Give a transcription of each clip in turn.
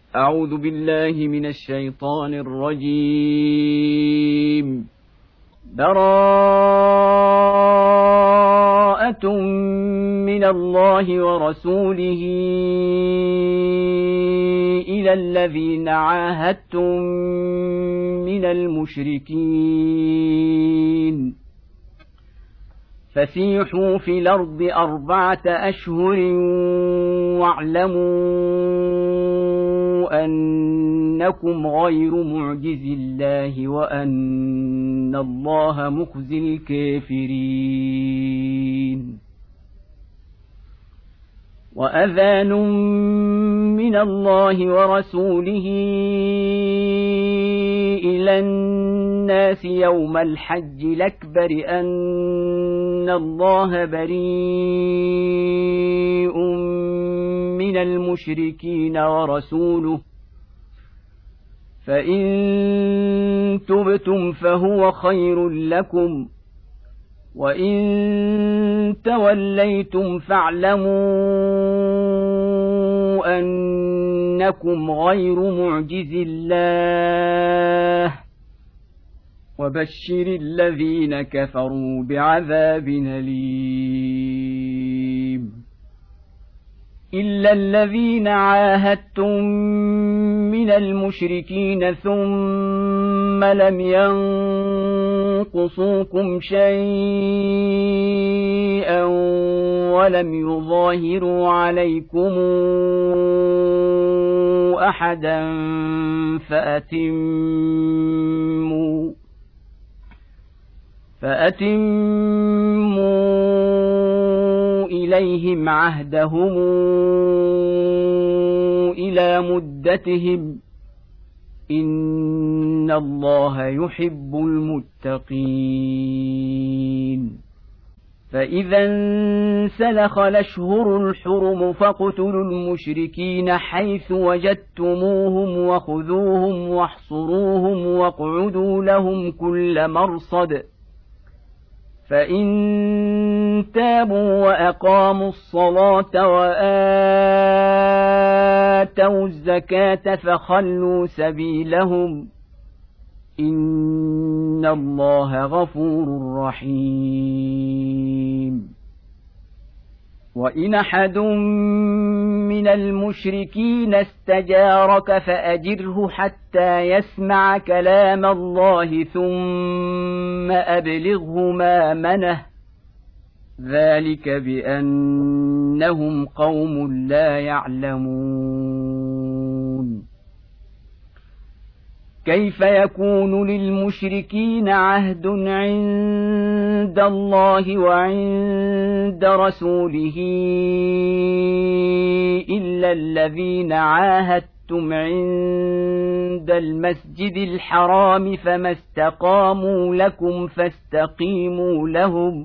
أعوذ بالله من الشيطان الرجيم. براءة من الله ورسوله إلى الذين عاهدتم من المشركين فسيحوا في الأرض 4 أشهر واعلموا أنكم غير معجز الله وأن الله مخزي الكافرين. وأذان من الله ورسوله إلى الناس يوم الحج الأكبر أن الله بريء من المشركين ورسوله فإن تبتم فهو خير لكم وإن توليتم فاعلموا أنكم غير معجز الله وبشر الذين كفروا بعذاب أليم. إلا الذين عاهدتم من المشركين ثم لم ينقصوكم شيئا ولم يظاهروا عليكم أحدا فأتموا إليهم عهدهم إلى مدتهم إن الله يحب المتقين. فإذا انسلخ الأشهر الحرم فاقتلوا المشركين حيث وجدتموهم وخذوهم واحصروهم واقعدوا لهم كل مرصد فإن تابوا وأقاموا الصلاة وآتوا الزكاة فخلوا سبيلهم إن الله غفور رحيم. وإن أحد من المشركين استجارك فأجره حتى يسمع كلام الله ثم أبلغه مأمنه ذلك بأنهم قوم لا يعلمون. كيف يكون للمشركين عهد عند الله وعند رسوله إلا الذين عاهدتم عند المسجد الحرام فما استقاموا لكم فاستقيموا لهم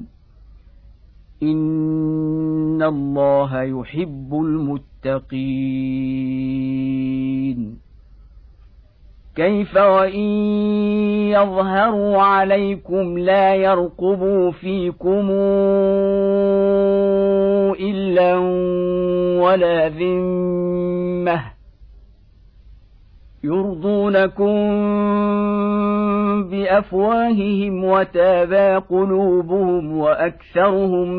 إن الله يحب المتقين. كيف وإن يظهروا عليكم لا يرقبوا فيكم إلا ولا ذمة يرضونكم بأفواههم وتابى قلوبهم وأكثرهم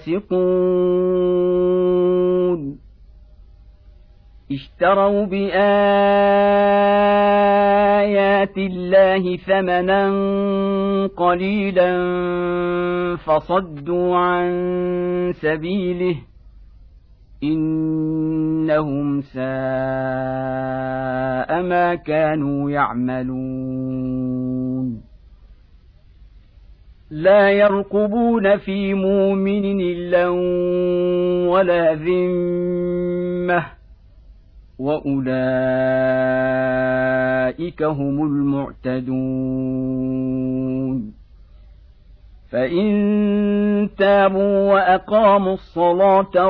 فاسقون. اشتروا بآيات الله ثمنا قليلا فصدوا عن سبيله إنهم ساء ما كانوا يعملون. لا يرقبون في مؤمن إلا ولا ذمة وأولئك هم المعتدون. فإن تابوا وأقاموا الصلاة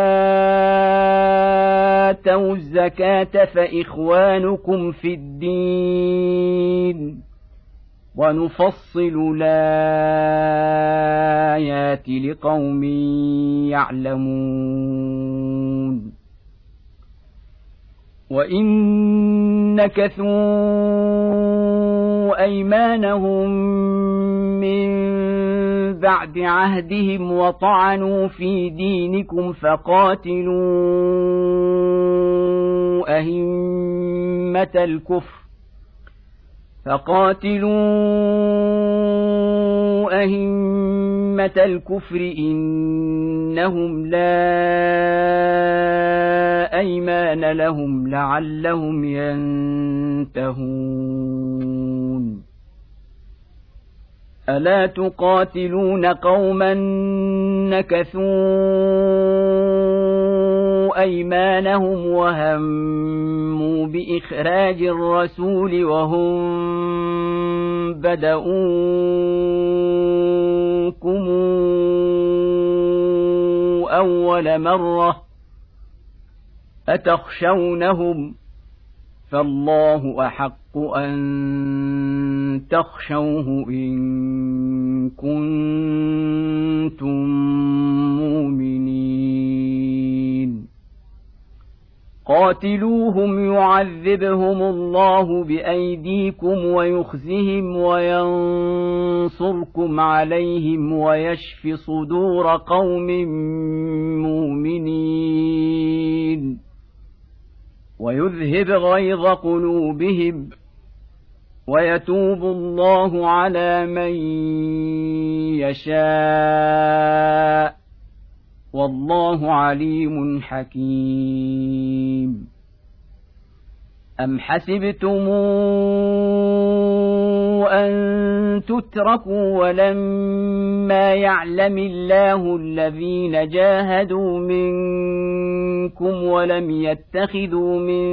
وآتوا الزكاة فإخوانكم في الدين ونفصل الآيات لقوم يعلمون. وإن نكثوا أيمانهم من بعد عهدهم وطعنوا في دينكم فقاتلوا أئمة الكفر إنهم لا أيمان لهم لعلهم ينتهون ألا تقاتلون قوما نكثوا أيمانهم وهموا بإخراج الرسول وهم بدؤوكم أول مرة أتخشونهم فالله أحق أن تخشوه إن كنتم مؤمنين قاتلوهم يعذبهم الله بأيديكم ويخزهم وينصركم عليهم ويشف صدور قوم مؤمنين ويذهب غيظ قلوبهم ويتوب الله على من يشاء والله عليم حكيم أم حسبتم أن تتركوا ولما يعلم الله الذين جاهدوا منكم ولم يتخذوا من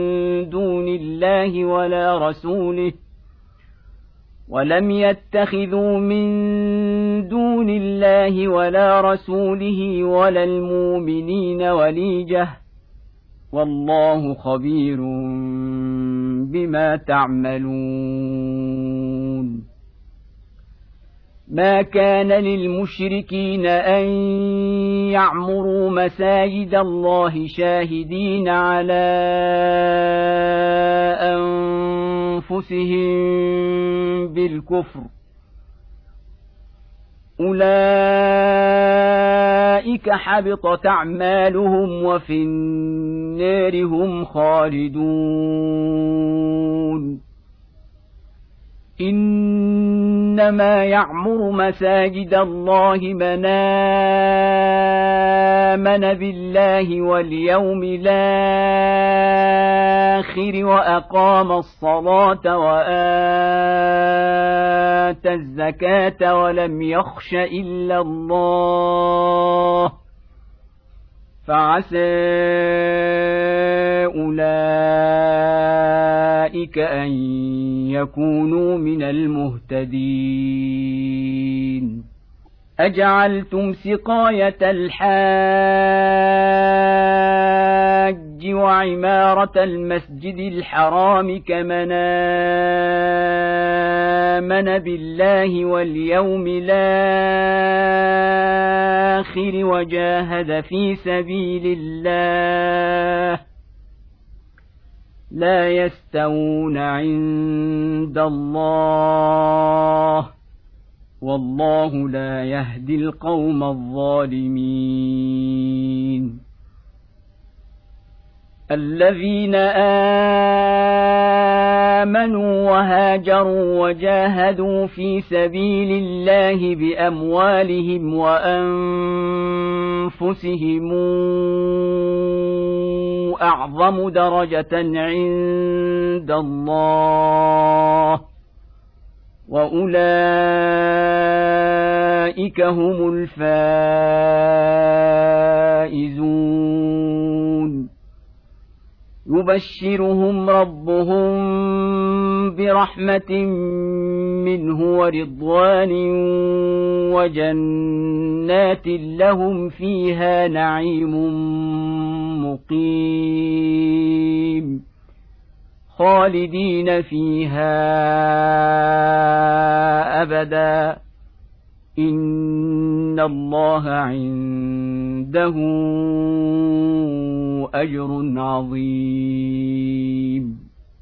دون الله ولا رسوله ولا المؤمنين وليجة والله خبير بما تعملون ما كان للمشركين أن يعمروا مساجد الله شاهدين على أنفسهم بالكفر أولئك حبطت أعمالهم وفي النار هم خالدون إنما يعمر مساجد الله من آمن بالله واليوم الآخر وأقام الصلاة وآتى الزكاة ولم يخش إلا الله فعسى أولئك أن يكونوا من المهتدين أجعلتم سقاية الحاج وعمارة المسجد الحرام كمن آمن بالله واليوم الآخر وجاهد في سبيل الله لا يستوون عند الله والله لا يهدي القوم الظالمين الذين آمنوا وهاجروا وجاهدوا في سبيل الله بأموالهم وأنفسهم أعظم درجة عند الله وأولئك هم الفائزون يبشرهم ربهم برحمة منه ورضوان وجنات لهم فيها نعيم مقيم خالدين فيها أبدا إن الله عنده أجر عظيم.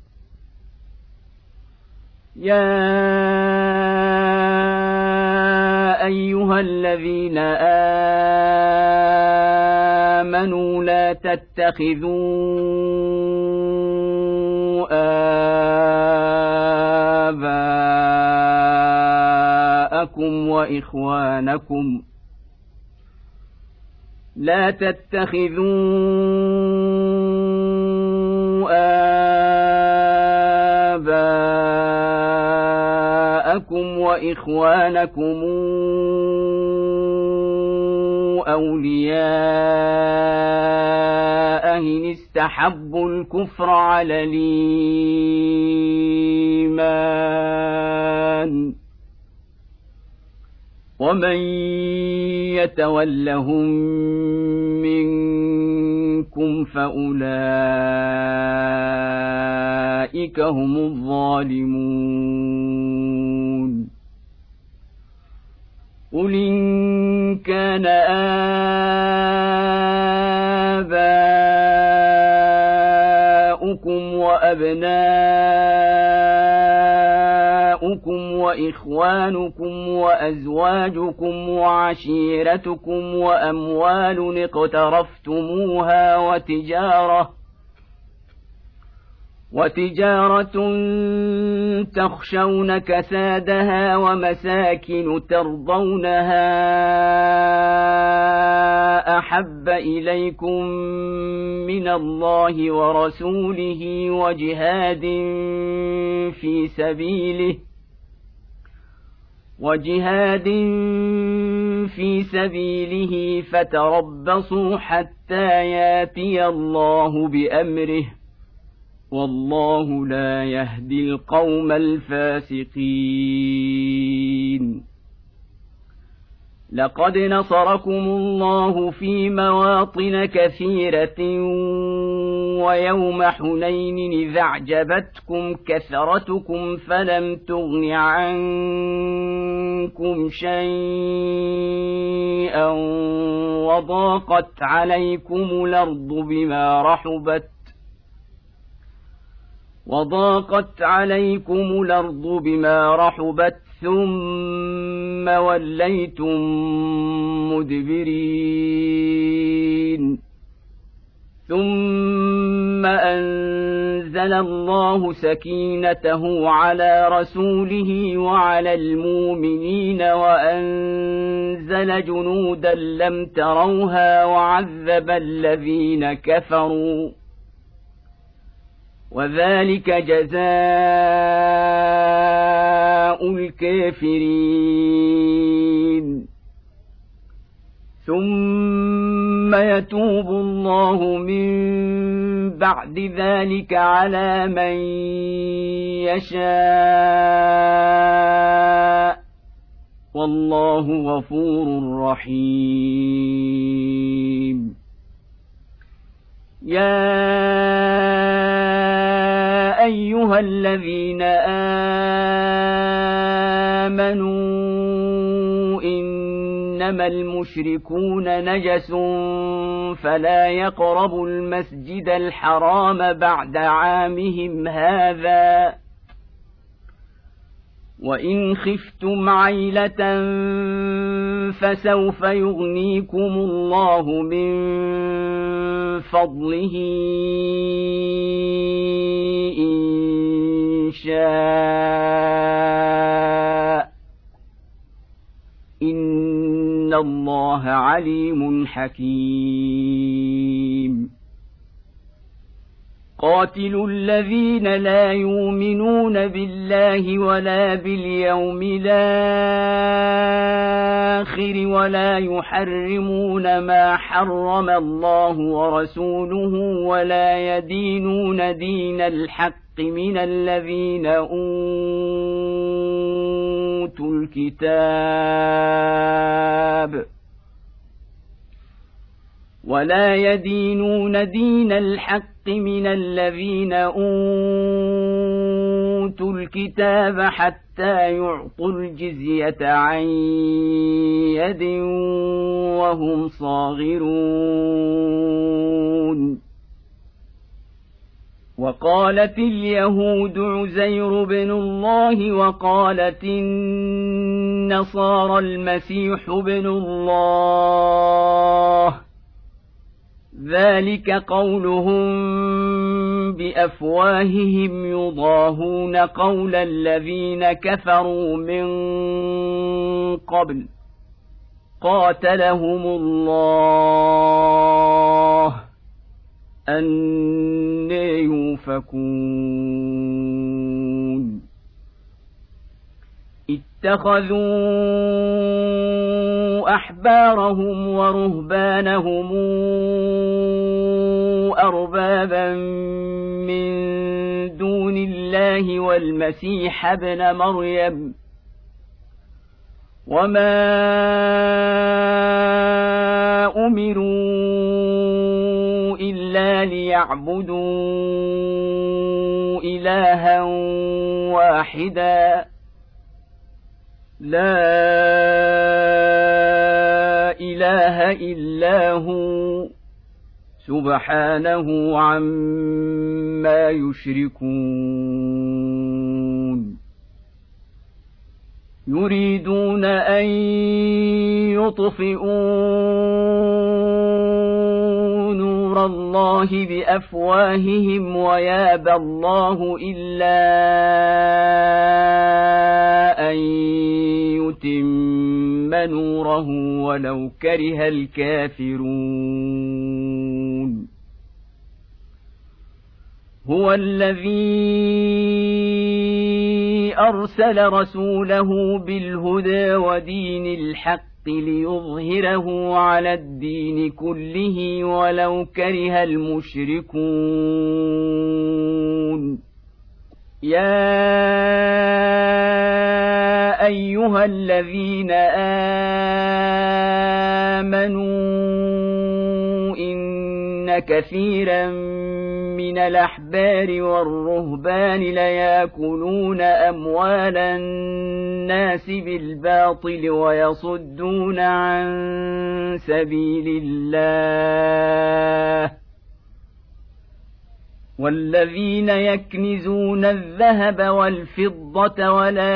يا أيها الذين آمنوا لا تتخذوا آباءكم وإخوانكم أولياء إن استحبوا الكفر على الإيمان ومن يتولهم منكم فأولئك هم الظالمون. قل إن كان آباؤكم وأبناؤكم وإخوانكم وأزواجكم وعشيرتكم وأموال اقترفتموها وتجارة تخشون كسادها ومساكن ترضونها أحب إليكم من الله ورسوله وجهاد في سبيله فتربصوا حتى ياتي الله بأمره والله لا يهدي القوم الفاسقين. لقد نصركم الله في مواطن كثيرة ويوم حنين إذ أعجبتكم كثرتكم فلم تغن عنكم شيئا وضاقت عليكم الأرض بما رحبت ثم وليتم مدبرين. ثم أنزل الله سكينته على رسوله وعلى المؤمنين وأنزل جنودا لم تروها وعذب الذين كفروا وذلك جزاء الكافرين. ثم يتوب الله من بعد ذلك على من يشاء والله غفور رحيم. يا أيها الذين آمنوا إنما المشركون نجس فلا يقربوا المسجد الحرام بعد عامهم هذا وإن خفتم عيلة فسوف يغنيكم الله من فضله إن شاء إن الله عليم حكيم. قاتلوا الذين لا يؤمنون بالله ولا باليوم الآخر ولا يحرمون ما حرم الله ورسوله ولا يدينون دين الحق من الذين أوتوا الكتاب ولا يدينون دين الحق من الذين أوتوا أوتوا الكتاب حتى يعطوا الجزية عن يد وهم صاغرون. وقالت اليهود عزير بن الله وقالت النصارى المسيح بن الله، ذلك قولهم بأفواههم يضاهون قول الذين كفروا من قبل قاتلهم الله أنى يؤفكون. اتخذوا أحبارهم ورهبانهم أربابا من دون الله والمسيح ابن مريم، وما أمروا إلا ليعبدوا إلها واحدا لا إله إلا هو سبحانه عما يشركون. يريدون أن يطفئوا نور الله بأفواههم ويابى الله إلا أن يتم نوره ولو كره الكافرون. هو الذي أرسل رسوله بالهدى ودين الحق ليظهره على الدين كله ولو كره المشركون. يا أيها الذين آمنوا إن كثيرا من الأحبار والرهبان ليأكلون أموال الناس بالباطل ويصدون عن سبيل الله، والذين يكنزون الذهب والفضة ولا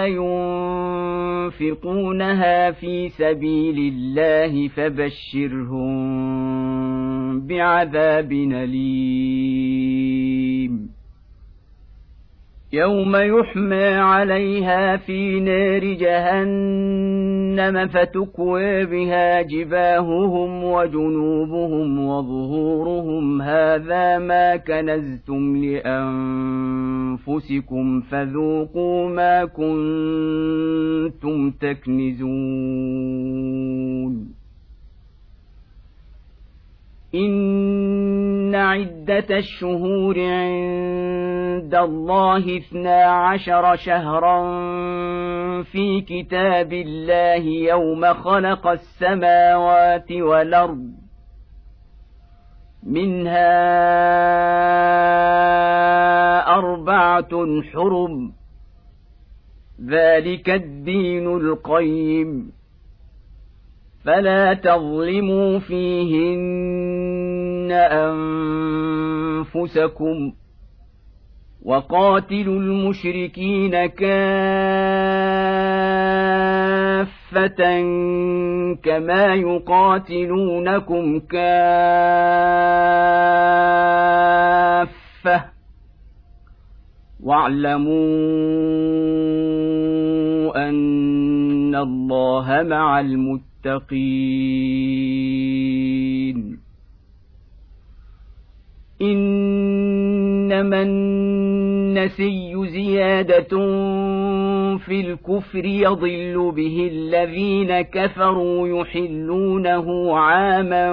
ينفقونها في سبيل الله فبشرهم بعذاب أليم. يوم يحمى عليها في نار جهنم فتكوى بها جباههم وجنوبهم وظهورهم هذا ما كنزتم لأنفسكم فذوقوا ما كنتم تكنزون. إن عدة الشهور عند الله 12 شهرا في كتاب الله يوم خلق السماوات والأرض، منها 4 حرم، ذلك الدين القيم، فلا تظلموا فيهن أنفسكم، وقاتلوا المشركين كافة كما يقاتلونكم كافة، واعلموا أن الله مع المتقين. إنما النسي زيادة في الكفر يضل به الذين كفروا يحلونه عاما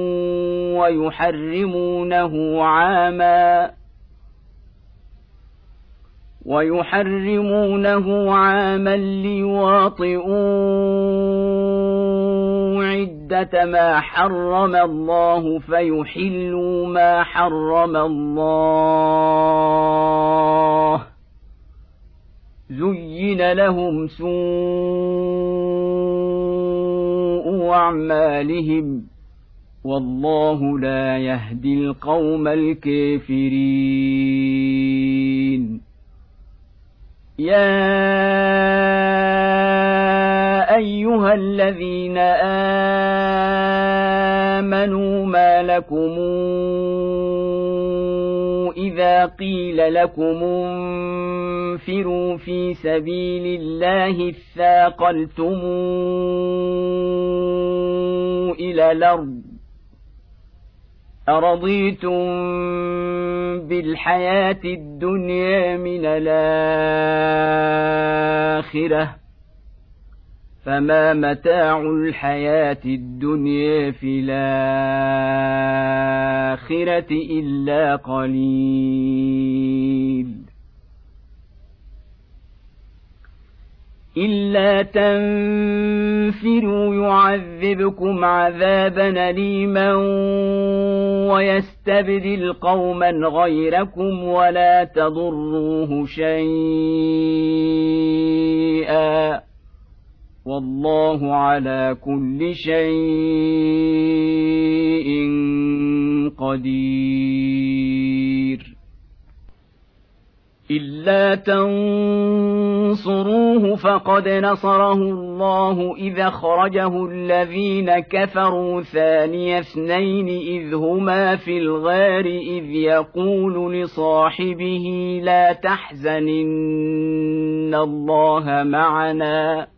ويحرمونه عاما ليواطئوا عدة ما حرم الله فيحلوا ما حرم الله، زين لهم سوء أعمالهم والله لا يهدي القوم الكافرين. يا أيها الذين آمنوا ما لكم إذا قيل لكم انفروا في سبيل الله اثاقلتم إلى الأرض أرضيتم بالحياة الدنيا من الآخرة فما متاع الحياة الدنيا في الآخرة إلا قليل. إلا تنفروا يعذبكم عذابا أليما ويستبدل قوما غيركم ولا تضروه شيئا والله على كل شيء قدير. إلا تنصروه فقد نصره الله إذ أخرجه الذين كفروا ثاني اثنين إذ هما في الغار إذ يقول لصاحبه لا تحزن إن الله معنا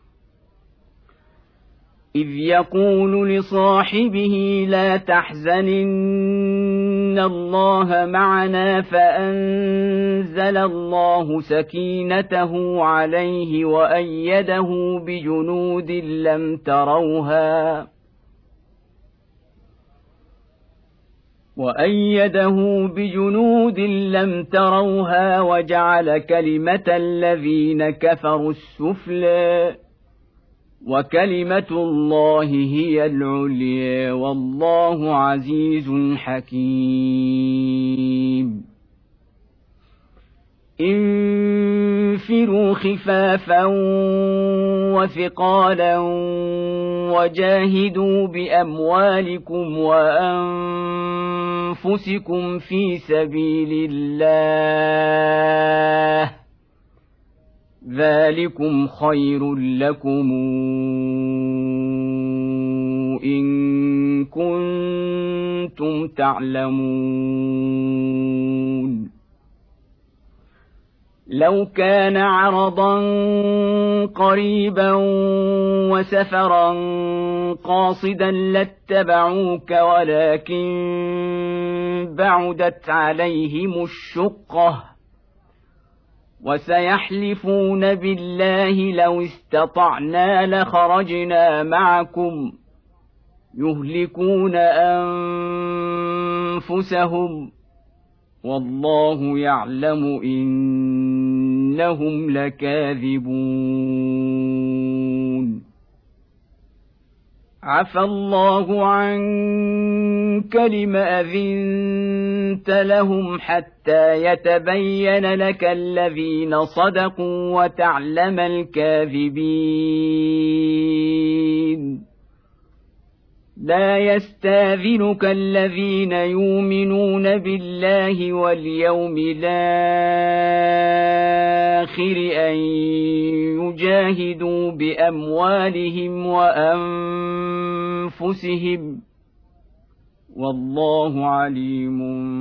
فأنزل الله سكينته عليه وأيده بجنود لم تروها وجعل كلمة الذين كفروا السفلى وكلمة الله هي العليا والله عزيز حكيم. انفروا خفافا وثقالا وجاهدوا بأموالكم وأنفسكم في سبيل الله ذلكم خير لكم إن كنتم تعلمون. لو كان عرضا قريبا وسفرا قاصدا لاتبعوك ولكن بعدت عليهم الشقة وسيحلفون بالله لو استطعنا لخرجنا معكم يهلكون أنفسهم والله يعلم إنهم لكاذبون. عفى الله عنك لم أذنت لهم حتى يتبين لك الذين صدقوا وتعلم الكاذبين. لا يستاذنك الذين يؤمنون بالله واليوم الآخر أن يجاهدوا بأموالهم وأنفسهم والله عليم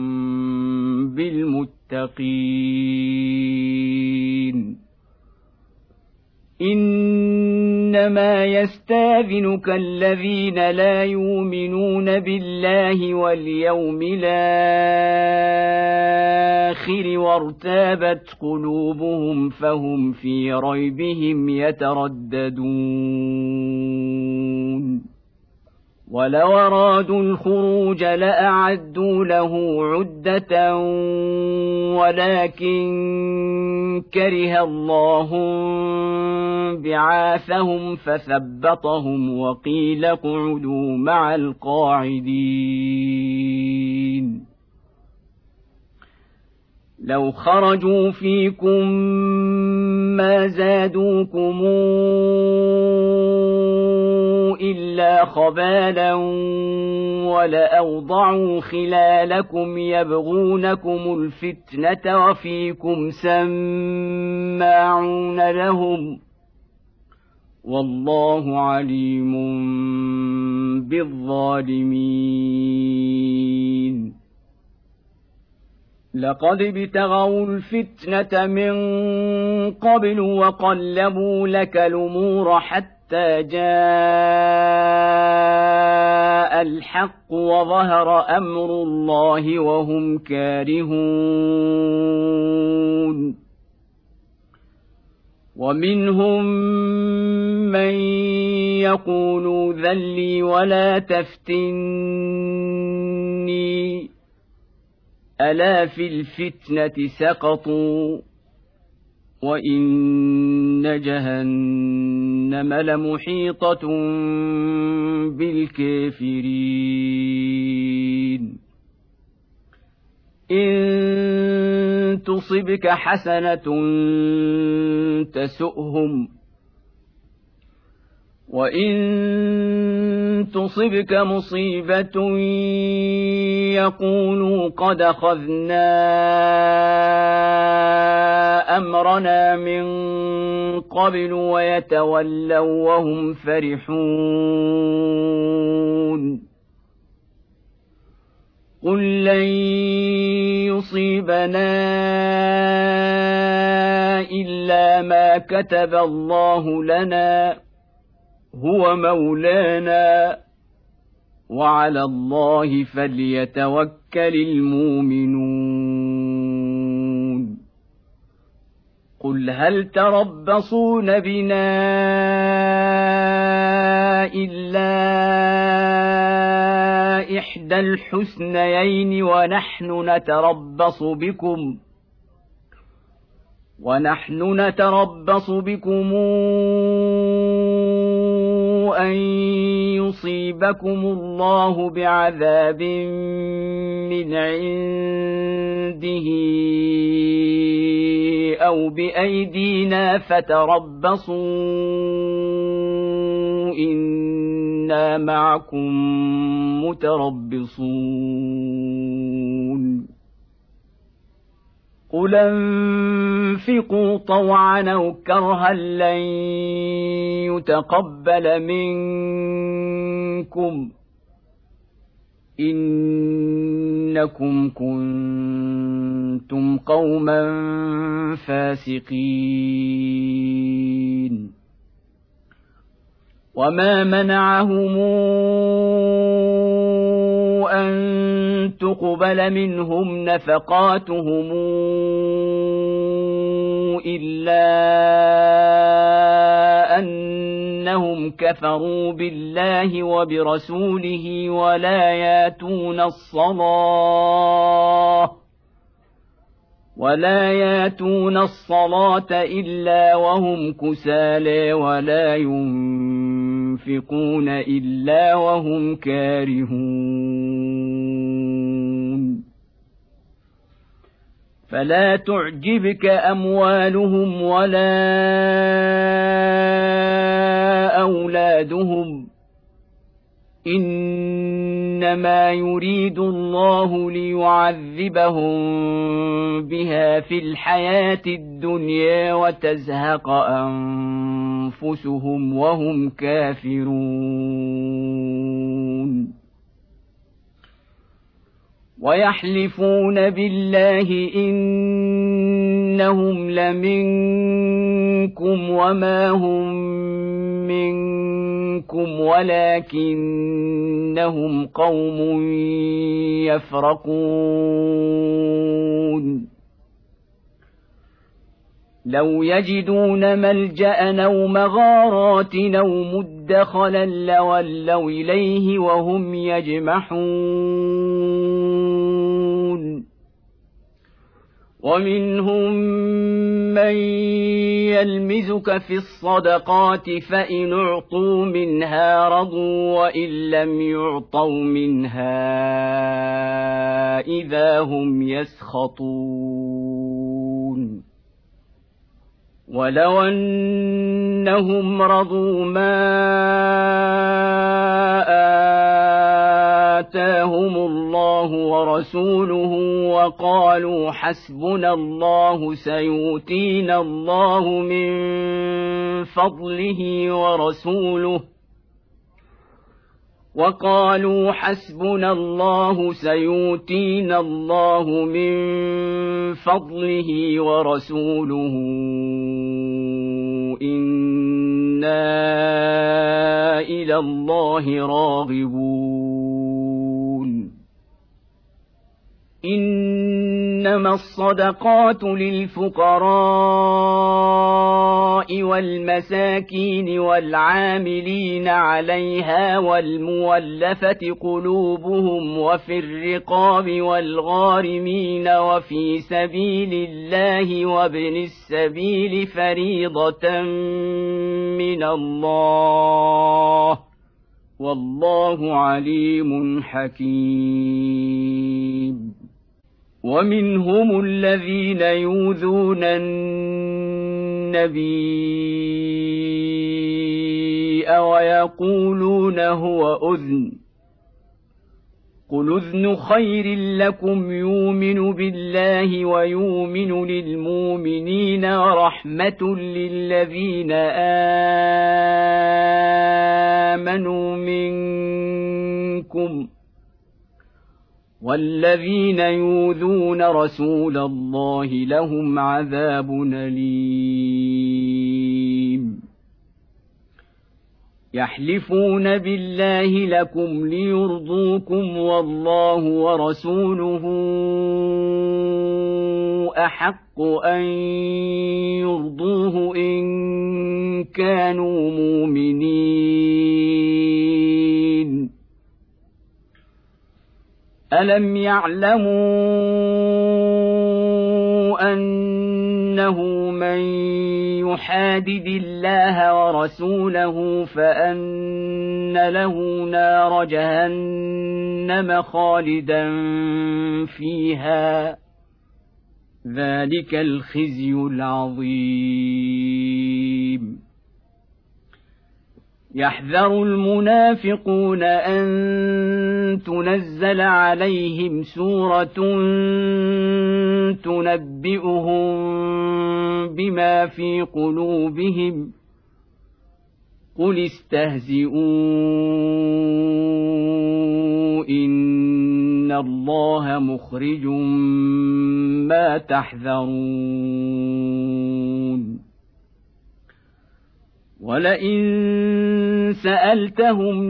بالمتقين. إنما يستاذنك الذين لا يؤمنون بالله واليوم الآخر وارتابت قلوبهم فهم في ريبهم يترددون. ولو أرادوا الخروج لأعدوا له عدة ولكن كره الله بعاثهم فثبطهم وقيل اقعدوا مع القاعدين. لو خرجوا فيكم ما زادوكم إلا خبالا ولأوضعوا خلالكم يبغونكم الفتنة وفيكم سماعون لهم والله عليم بالظالمين لقد ابتغوا الفتنة من قبل وقلبوا لك الأمور حتى جاء الحق وظهر أمر الله وهم كارهون ومنهم من يقول ذلي ولا تفتني ألا في الفتنة سقطوا وإن جهنم لمحيطة بالكافرين إن تصبك حسنة تسؤهم وإن تصبك مصيبة يقولوا قد أخذنا أمرنا من قبل ويتولوا وهم فرحون قل لن يصيبنا إلا ما كتب الله لنا هو مولانا وعلى الله فليتوكل المؤمنون قل هل تربصون بنا إلا إحدى الحسنيين ونحن نتربص بكم أن يصيبكم الله بعذاب من عنده أو بأيدينا فتربصوا إنا معكم متربصون قل انفقوا طوعا أو كرها لن يتقبل منكم إنكم كنتم قوما فاسقين وما منعهم أن تقبل منهم نفقاتهم إلا أنهم كفروا بالله وبرسوله ولا ياتون الصلاة إلا وهم كسالى ولا ينفقون إلا وهم كارهون فلا تعجبك أموالهم ولا أولادهم إنما يريد الله ليعذبهم بها في الحياة الدنيا وتزهق أنفسهم وهم كافرون ويحلفون بالله إنهم لمنكم وما هم منكم ولكنهم قوم يفرقون لو يجدون ملجأ أو مغارات أو مدخلا لولوا إليه وهم يجمحون ومنهم من يلمزك في الصدقات فإن أعطوا منها رضوا وإن لم يعطوا منها إذا هم يسخطون ولو أنهم رضوا ما آتاهم الله ورسوله وقالوا حسبنا الله سيؤتينا الله من فضله ورسوله إنا إلى الله راغبون. إنما الصدقات للفقراء والمساكين والعاملين عليها والمولفة قلوبهم وفي الرقاب والغارمين وفي سبيل الله وابن السبيل فريضة من الله والله عليم حكيم. ومنهم الذين يؤذون النبي ويقولون هو أذن قل أذن خير لكم يؤمن بالله ويؤمن للمؤمنين ورحمة للذين آمنوا منكم والذين يؤذون رسول الله لهم عذاب أليم. يحلفون بالله لكم ليرضوكم والله ورسوله أحق أن يرضوه إن كانوا مؤمنين. ألم يعلموا أنه من يحادد الله ورسوله فأن له نار جهنم خالدا فيها ذلك الخزي العظيم. يحذر المنافقون أن تنزل عليهم سورة تنبئهم بما في قلوبهم قل استهزئوا إن الله مخرج ما تحذرون. ولئن سألتهم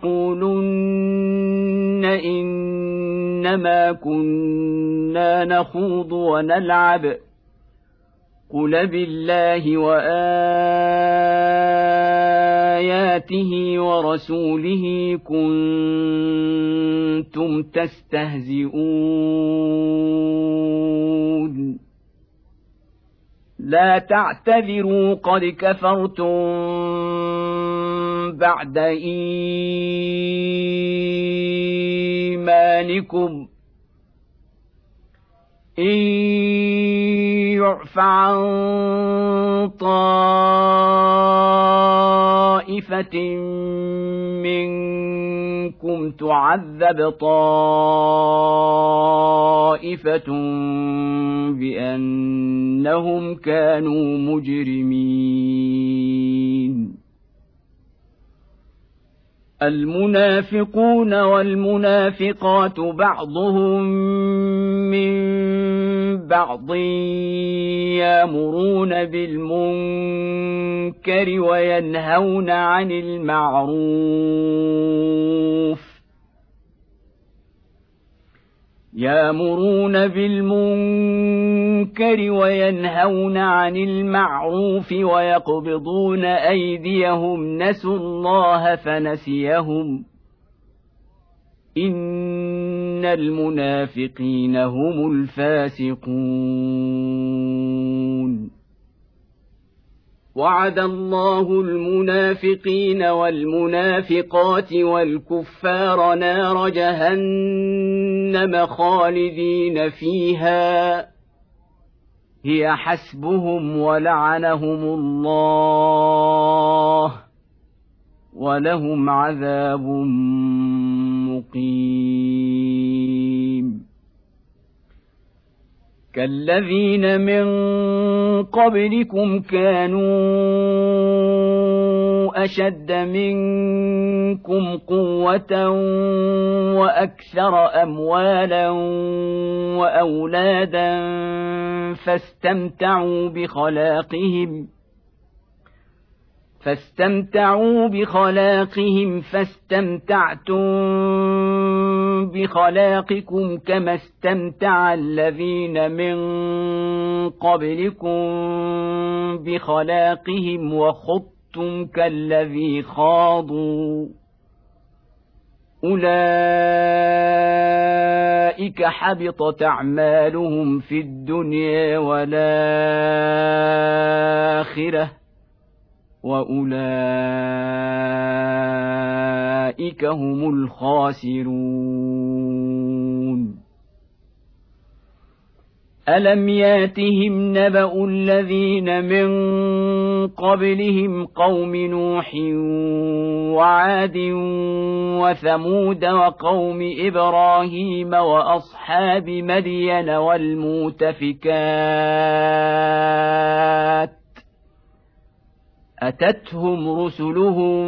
ليقولن إنما كنا نخوض ونلعب قل بالله وآياته ورسوله كنتم تستهزئون. لا تعتذروا قد كفرتم بعد إيمانكم إن يعف عن طائفة منكم تعذب طائفة بأنهم كانوا مجرمين. المنافقون والمنافقات بعضهم من بعض يأمرون بالمنكر وينهون عن المعروف ويقبضون أيديهم نسوا الله فنسيهم إن المنافقين هم الفاسقون. وعد الله المنافقين والمنافقات والكفار نار جهنم خالدين فيها هي حسبهم ولعنهم الله ولهم عذاب مقيم كالذين من قبلكم كانوا أشد منكم قوة وأكثر أموالا وأولادا فاستمتعوا بخلاقهم فاستمتعتم بخلاقكم كما استمتع الذين من قبلكم بخلاقهم وخضتم كالذي خاضوا أولئك حبطت أعمالهم في الدنيا والآخرة وأولئك هم الخاسرون ألم ياتهم نبأ الذين من قبلهم قوم نوح وعاد وثمود وقوم إبراهيم وأصحاب مدين والمؤتفكات أتتهم رسلهم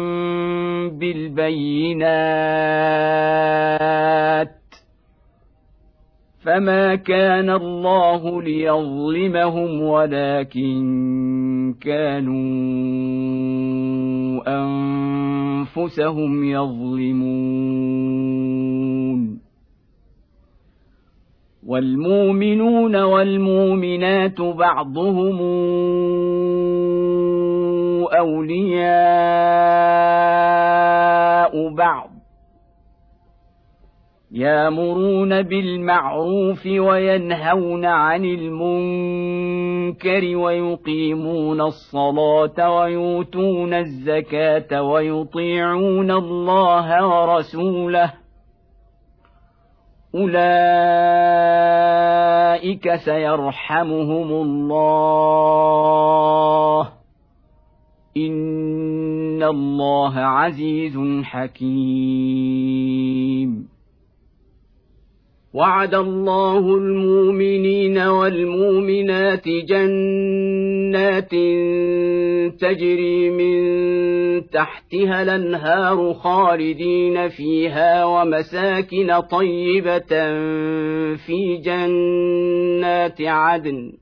بالبينات فما كان الله ليظلمهم ولكن كانوا أنفسهم يظلمون والمؤمنون والمؤمنات بعضهم أولياء بعض يأمرون بالمعروف وينهون عن المنكر ويقيمون الصلاة ويؤتون الزكاة ويطيعون الله ورسوله أولئك سيرحمهم الله إن الله عزيز حكيم وعد الله المؤمنين والمؤمنات جنات تجري من تحتها الأنهار خالدين فيها ومساكن طيبة في جنات عدن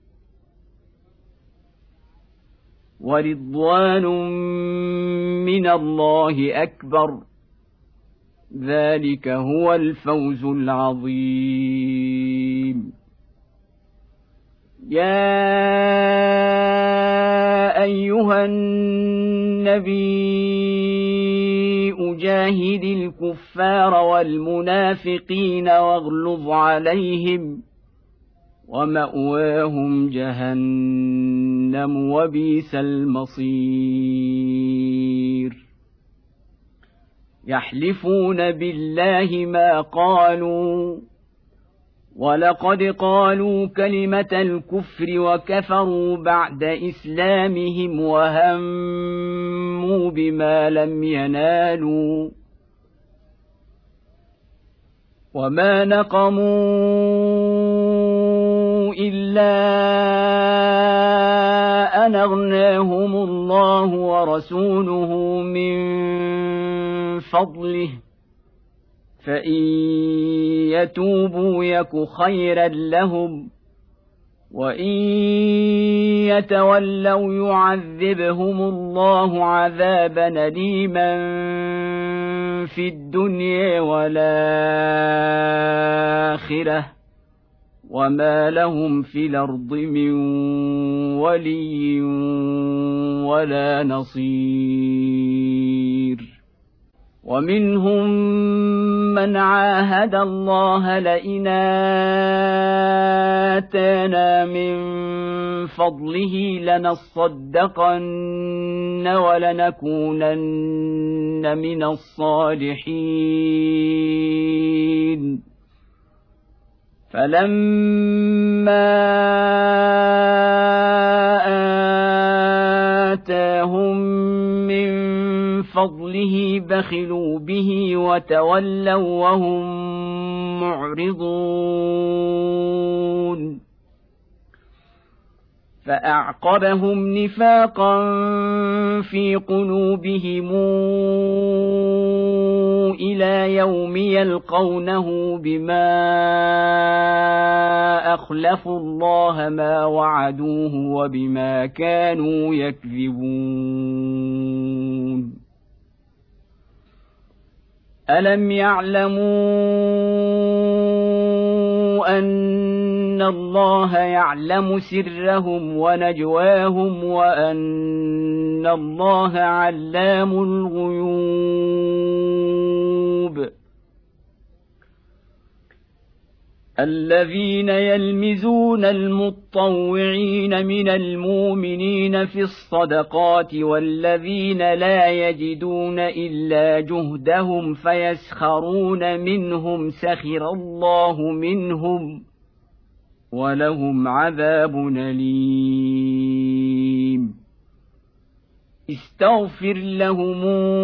ورضوان من الله أكبر ذلك هو الفوز العظيم يا أيها النبي جاهد الكفار والمنافقين واغلظ عليهم ومأواهم جهنم وبئس المصير يحلفون بالله ما قالوا ولقد قالوا كلمة الكفر وكفروا بعد إسلامهم وهموا بما لم ينالوا وما نقموا إلا أن أغناهم الله ورسوله من فضله فإن يتوبوا يك خيرا لهم وإن يتولوا يعذبهم الله عذابا أليما في الدنيا والآخرة وما لهم في الأرض من ولي ولا نصير ومنهم من عاهد الله لئن آتانا من فضله لنصدقن ولنكونن من الصالحين فلما آتاهم من فضله بخلوا به وتولوا وهم معرضون فأعقبهم نفاقا في قلوبهم إلى يوم يلقونه بما أخلفوا الله ما وعدوه وبما كانوا يكذبون ألم يعلموا أن الله يعلم سرهم ونجواهم وأن الله علام الغيوب الذين يلمزون المطوعين من المؤمنين في الصدقات والذين لا يجدون إلا جهدهم فيسخرون منهم سخر الله منهم ولهم عذاب أليم استغفر لهم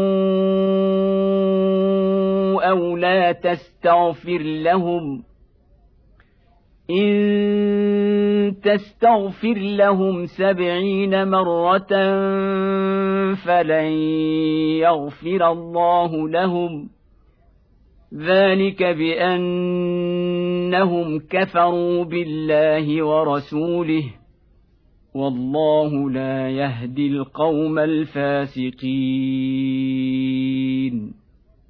أو لا تستغفر لهم إن تستغفر لهم 70 مرة فلن يغفر الله لهم ذلك بأنهم كفروا بالله ورسوله والله لا يهدي القوم الفاسقين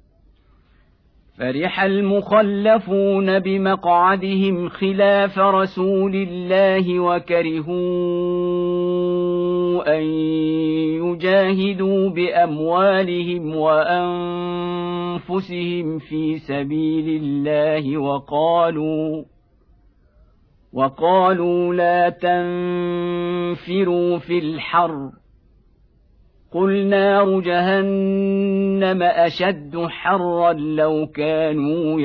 فرح المخلفون بمقعدهم خلاف رسول الله وكرهوا أن يجاهدوا بأموالهم وأنفسهم في سبيل الله وقالوا لا تنفروا في الحر قل نار جهنم أشد حرا لو كانوا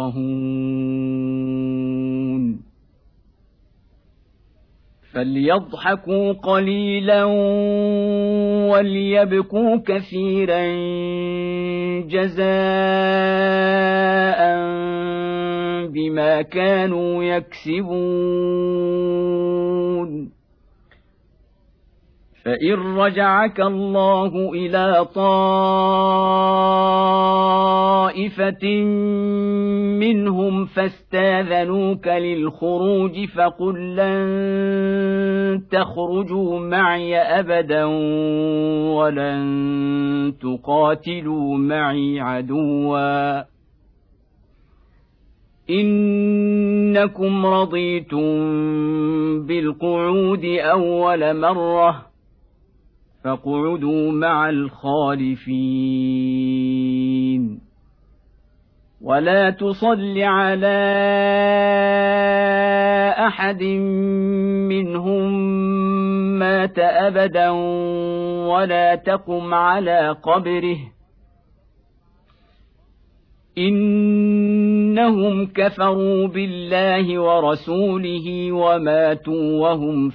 يفقهون فليضحكوا قليلا وليبكوا كثيرا جزاء بما كانوا يكسبون فإن رجعك الله إلى طائفة منهم فاستاذنوك للخروج فقل لن تخرجوا معي أبدا ولن تقاتلوا معي عدوا إنكم رضيتم بالقعود أول مرة فاقعدوا مع الخالفين ولا تصل على أحد منهم مات أبدا ولا تقم على قبره إنهم كفروا بالله ورسوله وماتوا وهم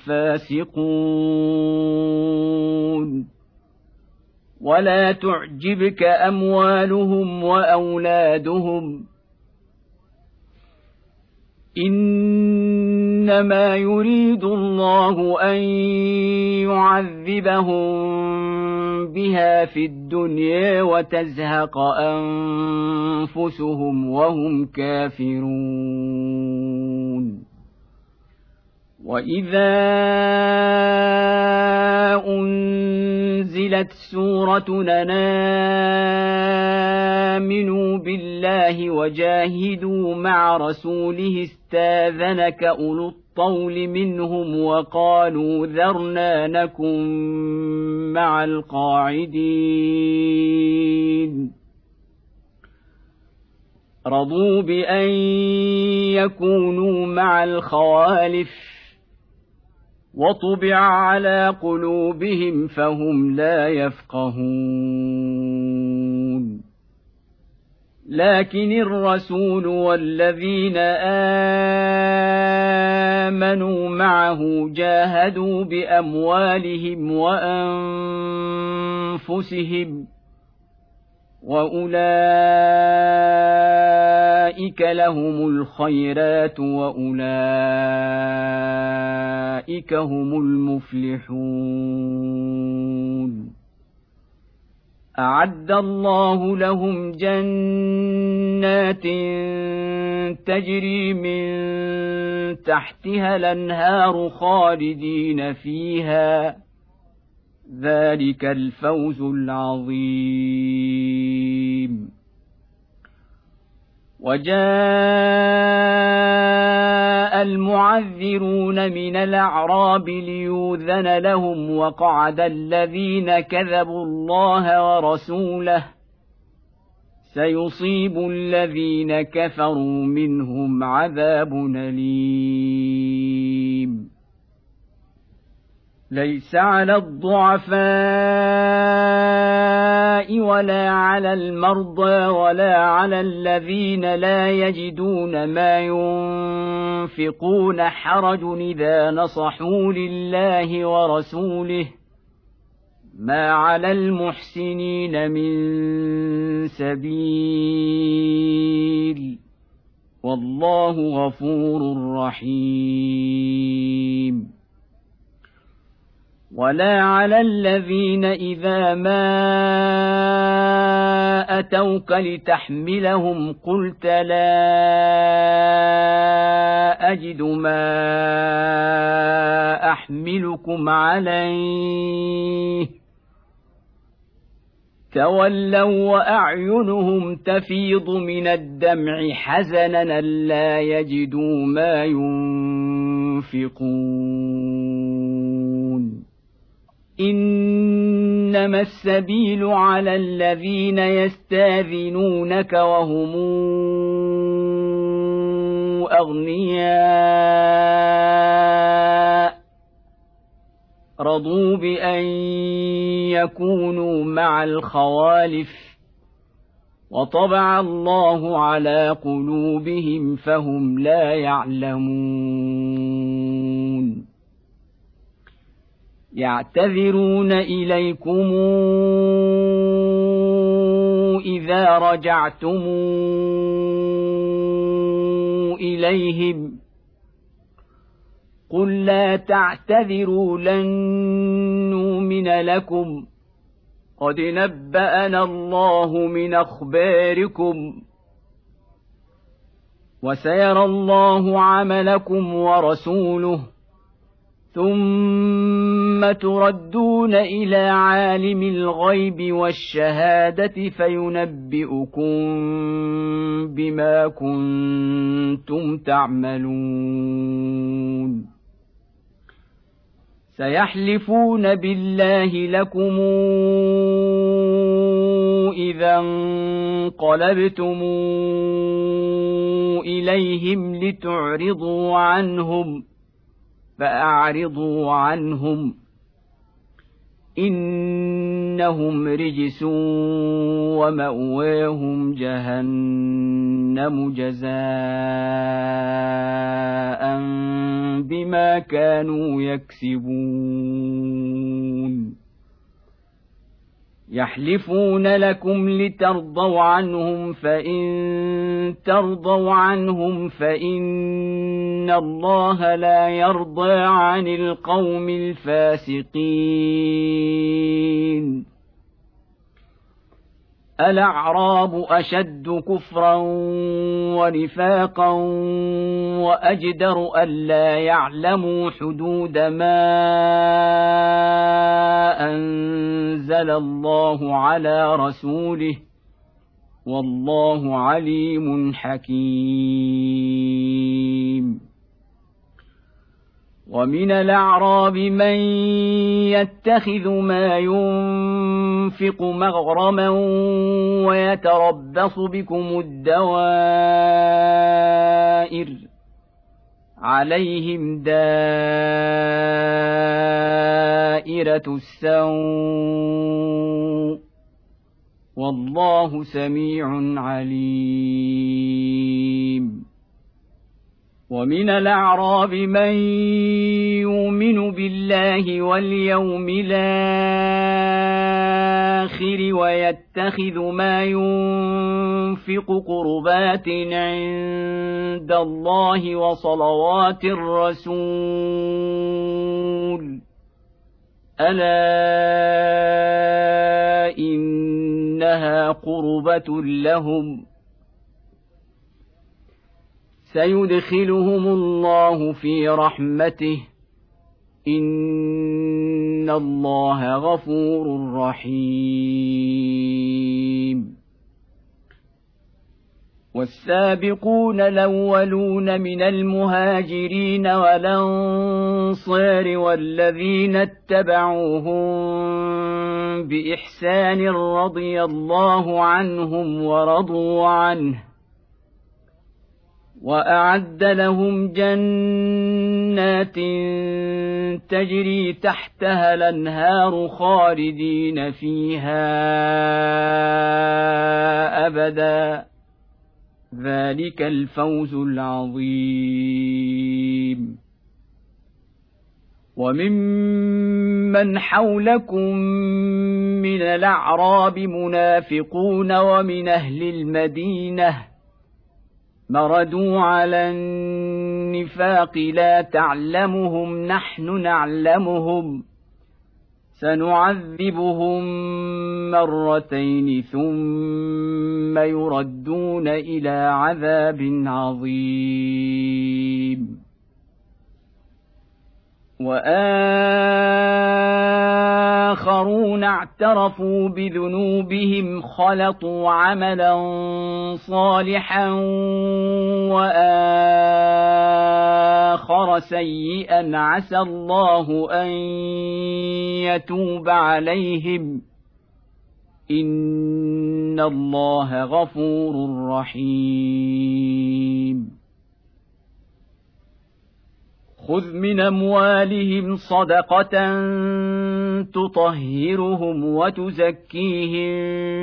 فاسقون ولا تعجبك أموالهم وأولادهم إنما يريد الله أن يعذبهم بها في الدنيا وتزهق أنفسهم وهم كافرون وإذا أنزلت سورة آمنوا بالله وجاهدوا مع رسوله استاذنك أولو الطول منهم وقالوا ذرنا نكن مع القاعدين رضوا بأن يكونوا مع الخوالف وطبع على قلوبهم فهم لا يفقهون لكن الرسول والذين آمنوا معه جاهدوا بأموالهم وأنفسهم وأولئك لهم الخيرات وأولئك هم المفلحون أعد الله لهم جنات تجري من تحتها الأنهار خالدين فيها ذلك الفوز العظيم وجاء المعذرون من الأعراب ليؤذن لهم وقعد الذين كذبوا الله ورسوله سيصيب الذين كفروا منهم عذاب أليم ليس على الضعفاء ولا على المرضى ولا على الذين لا يجدون ما ينفقون حرج إذا نصحوا لله ورسوله ما على المحسنين من سبيل والله غفور رحيم ولا على الذين إذا ما أتوك لتحملهم قلت لا أجد ما أحملكم عليه تولوا وأعينهم تفيض من الدمع حزنا ألا يجدوا ما ينفقون إنما السبيل على الذين يستاذنونك وهم أغنياء رضوا بأن يكونوا مع الخوالف وطبع الله على قلوبهم فهم لا يعلمون يعتذرون إليكم إذا رجعتم إليهم قل لا تعتذروا لن نؤمن لكم قد نبأنا الله من أخباركم وسيرى الله عملكم ورسوله ثم تردون إلى عالم الغيب والشهادة فينبئكم بما كنتم تعملون سيحلفون بالله لكم إذا انقلبتم إليهم لتعرضوا عنهم فأعرضوا عنهم إنهم رجس ومأواهم جهنم جزاء بما كانوا يكسبون يحلفون لكم لترضوا عنهم فإن ترضوا عنهم فإن الله لا يرضى عن القوم الفاسقين الأعراب أشد كفرا ونفاقا وأجدر ألا يعلموا حدود ما أنزل الله على رسوله والله عليم حكيم ومن الأعراب من يتخذ ما ينفق مغرما ويتربص بكم الدوائر عليهم دائرة السوء والله سميع عليم. ومن الأعراب من يؤمن بالله واليوم الآخر ويتخذ ما ينفق قربات عند الله وصلوات الرسول ألا إنها قربة لهم سيدخلهم الله في رحمته إن الله غفور رحيم. والسابقون الأولون من المهاجرين والأنصار والذين اتبعوهم بإحسان رضي الله عنهم ورضوا عنه وأعد لهم جنات تجري تحتها الأنهار خالدين فيها أبدا ذلك الفوز العظيم. وممن حولكم من الأعراب منافقون ومن أهل المدينة مردوا على النفاق لا تعلمهم نحن نعلمهم سنعذبهم مرتين ثم يردون إلى عذاب عظيم. وآخرون اعترفوا بذنوبهم خلطوا عملا صالحا وآخر سيئا عسى الله أن يتوب عليهم إن الله غفور رحيم. خذ من أموالهم صدقة تطهرهم وتزكيهم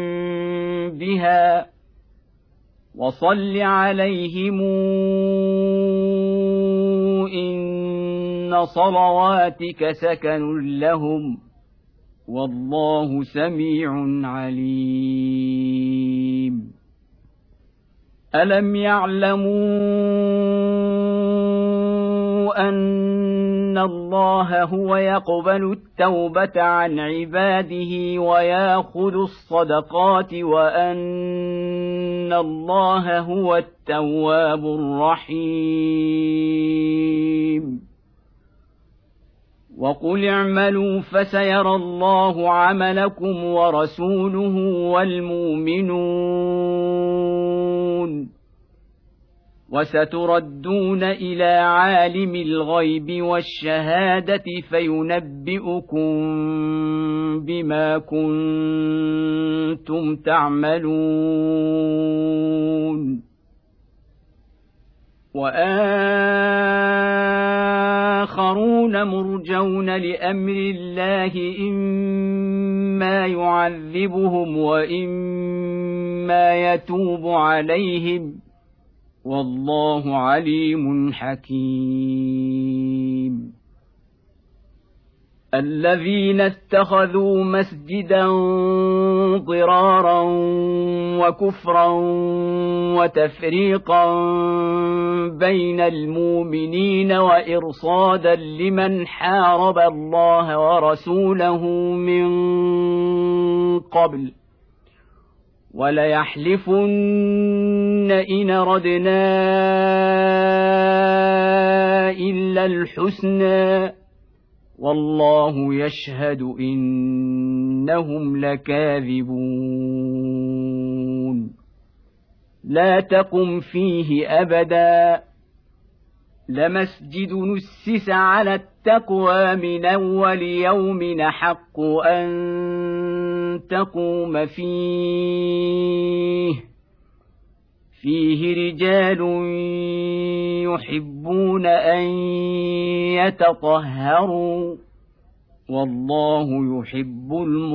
بها وصل عليهم إن صلواتك سكن لهم والله سميع عليم. ألم يعلموا أن الله هو يقبل التوبة عن عباده ويأخذ الصدقات وأن الله هو التواب الرحيم. وقل اعملوا فسيرى الله عملكم ورسوله والمؤمنون وستردون إلى عالم الغيب والشهادة فينبئكم بما كنتم تعملون. وآخرون مرجون لأمر الله إما يعذبهم وإما يتوب عليهم والله عليم حكيم. الذين اتخذوا مسجدا ضرارا وكفرا وتفريقا بين المؤمنين وإرصادا لمن حارب الله ورسوله من قبل وليحلفن إن أردنا إلا الحسنى والله يشهد إنهم لكاذبون. لا تقم فيه أبدا لمسجد نسس على التقوى من أول يوم أحق أن تقوم فيه رجال يحبون أن يتطهروا والله يحب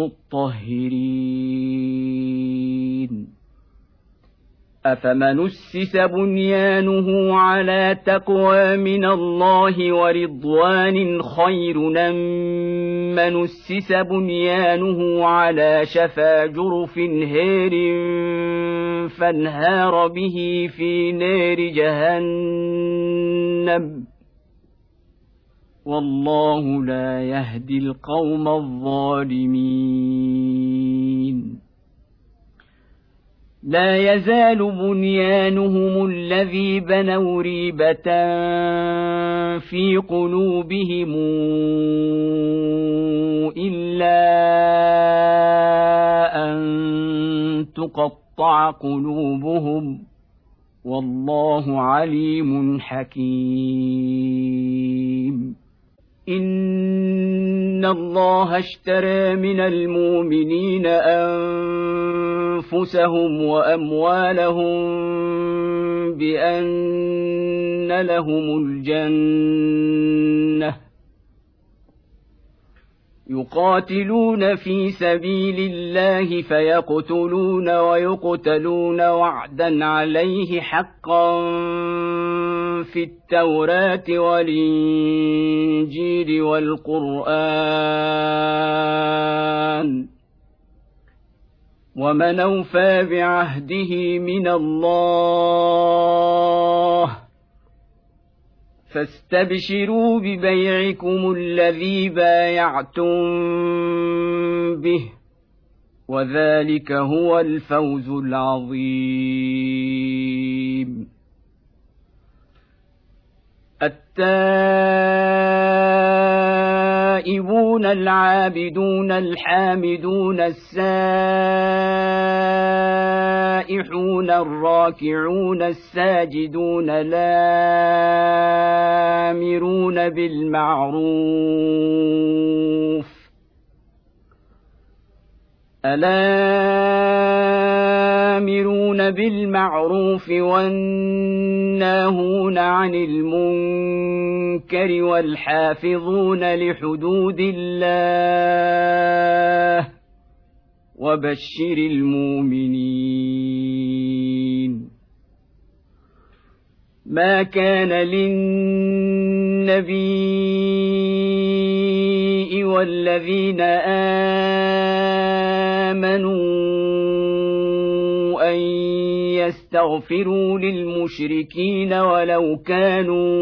المطهرين. أفمن أسس بنيانه على تقوى من الله ورضوان خير أم من أسس بنيانه على شفا جرف هار فانهار به في نار جهنم والله لا يهدي القوم الظالمين. لا يزال بنيانهم الذي بنوا ريبة في قلوبهم إلا أن تقطع قلوبهم والله عليم حكيم. إن الله اشترى من المؤمنين أنفسهم وأموالهم بأن لهم الجنة يقاتلون في سبيل الله فيقتلون ويقتلون وعدا عليه حقا في التوراة والإنجيل والقرآن ومن أوفى بعهده من الله فاستبشروا ببيعكم الذي بايعتم به وذلك هو الفوز العظيم. التائبون العابدون الحامدون السائحون الراكعون الساجدون الآمرون بالمعروف والناهون عن المنكر والحافظون لحدود الله وبشر المؤمنين. ما كان للنبي والذين آمنوا أن يستغفروا للمشركين ولو كانوا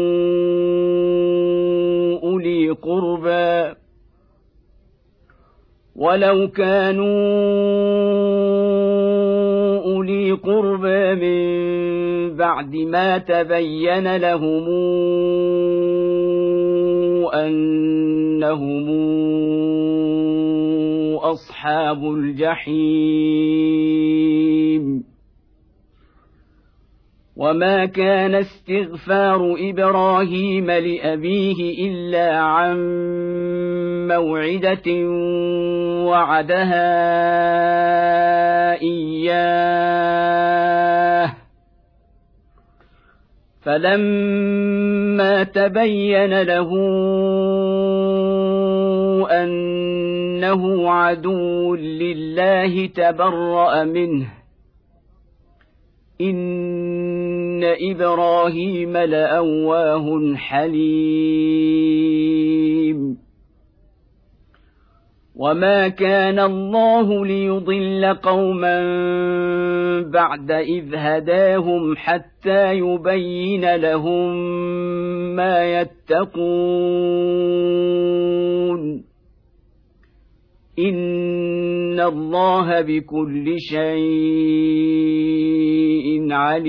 أولي قربى من بعد ما تبين لهم أنهم أصحاب الجحيم. وما كان استغفار إبراهيم لأبيه إلا عن موعدة وعدها إياه فلما تبين له أنه عدو لله تبرأ منه إن إبراهيم لأواه حليم. وما كان الله ليضل قوما بعد إذ هداهم حتى يبين لهم ما يتقون إن الله بكل شيء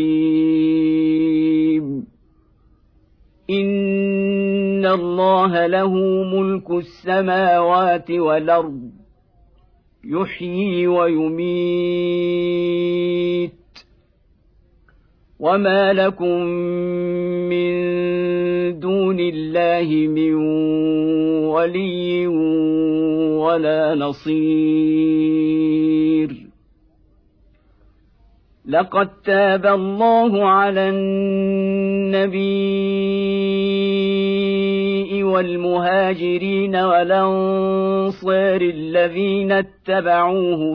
عليم. إن الله له ملك السماوات والأرض يحيي ويميت وما لكم من دون الله من ولي ولا نصير. لقد تاب الله على النبي والمهاجرين والأنصار الذين اتبعوه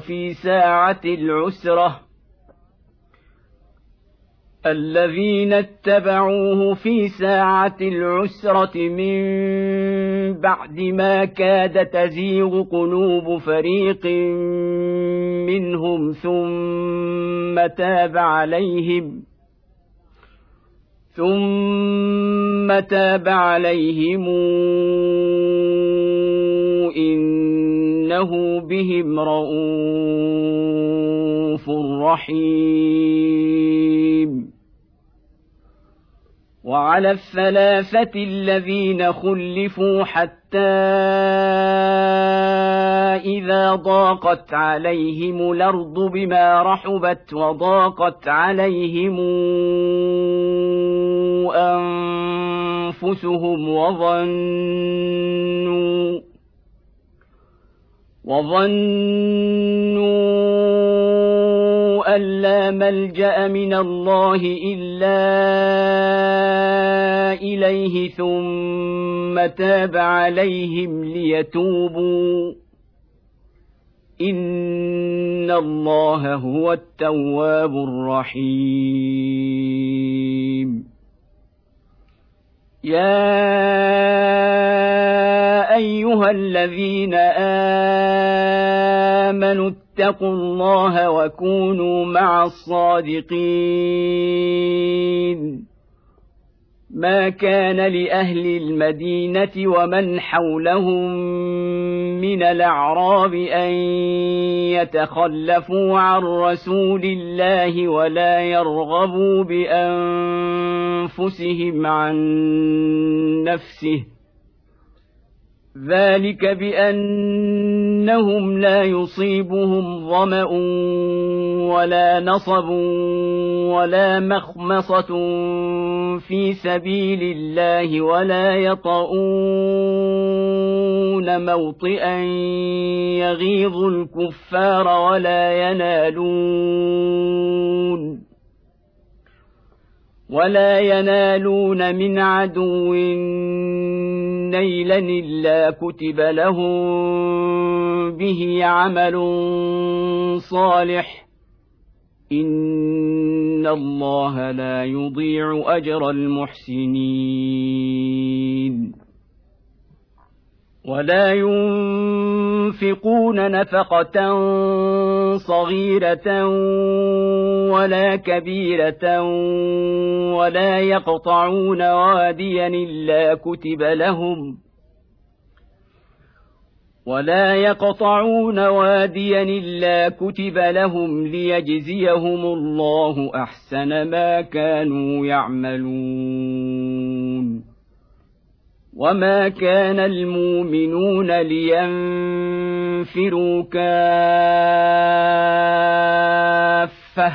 في ساعة العسرة من بعد ما كاد تزيغ قلوب فريق منهم ثم تاب عليهم إنه بهم رءوف رحيم. وعلى الثلاثة الذين خلفوا حتى إذا ضاقت عليهم الأرض بما رحبت وضاقت عليهم أنفسهم وظنوا أن لا ملجأ من الله إلا إليه ثم تاب عليهم ليتوبوا إن الله هو التواب الرحيم. يا أيها الذين آمنوا اتقوا الله وكونوا مع الصادقين. ما كان لأهل المدينة ومن حولهم من الأعراب أن يتخلفوا عن رسول الله ولا يرغبوا بأنفسهم عن نفسه، ذلك بأنهم لا يصيبهم ظمأ ولا نصب ولا مخمصة في سبيل الله ولا يطؤون موطئا يغيظ الكفار ولا ينالون من عدو نيلا إلا كتب لهم به عمل صالح إن الله لا يضيع أجر المحسنين. ولا ينفقون نفقة صغيرة ولا كبيرة ولا يقطعون واديا إلا كتب لهم ليجزيهم الله أحسن ما كانوا يعملون. وما كان المؤمنون لينفروا كافة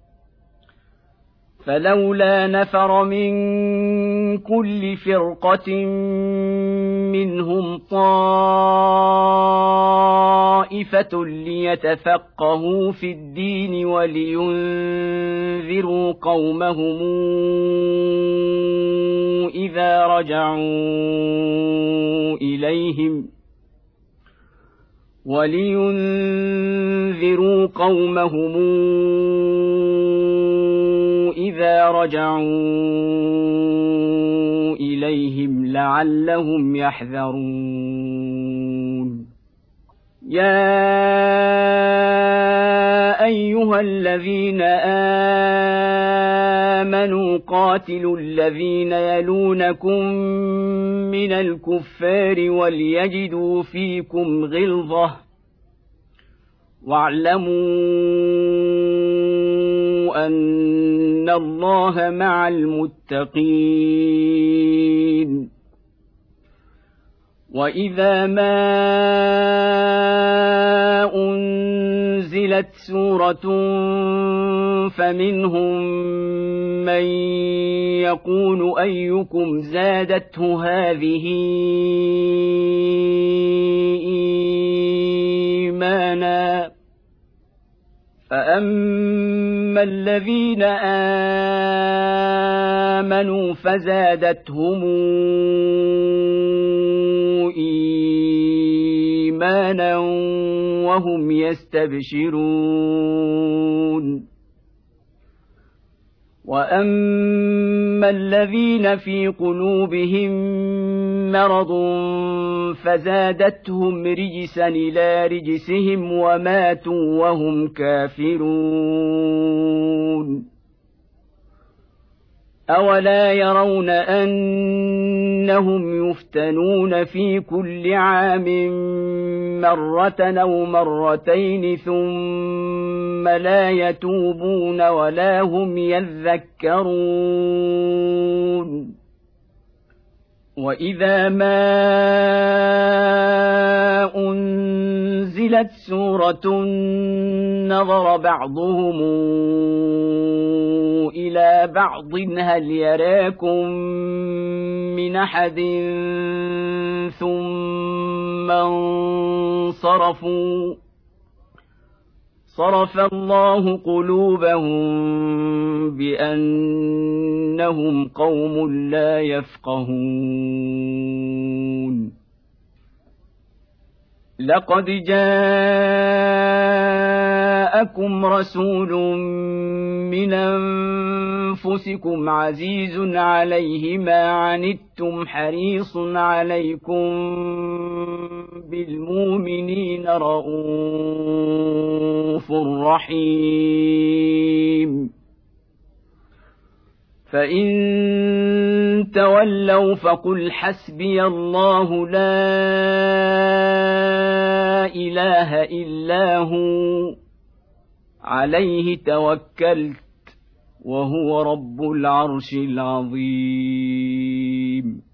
فلولا نفر من كل فرقة منهم طائفة ليتفقهوا في الدين ولينذروا قومهم إذا رجعوا إليهم لعلهم يحذرون. يا أيها الذين آمنوا قاتلوا الذين يلونكم من الكفار وليجدوا فيكم غلظة واعلموا أن الله مع المتقين. وإذا ما أنزلت سورة فمنهم من يقول أيكم زادته هذه إيمانا فأما فأما الذين آمنوا فزادتهم إيمانا وهم يستبشرون وأما الذين في قلوبهم مرض فزادتهم رجسا إلى رجسهم وماتوا وهم كافرون أولا يرون أنهم يفتنون في كل عام مرة أو مرتين ثم لا يتوبون ولا هم يذكرون وإذا ما أنزلت سورة نظر بعضهم إلى بعض هل يراكم من أحد ثم انصرفوا صرف الله قلوبهم بأنهم قوم لا يفقهون لقد جاءكم رسول من أنفسكم عزيز عليه ما عنتم حريص عليكم بالمؤمنين رءوف رحيم فإن تولوا فقل حسبي الله لا إله إلا هو عليه توكلت وهو رب العرش العظيم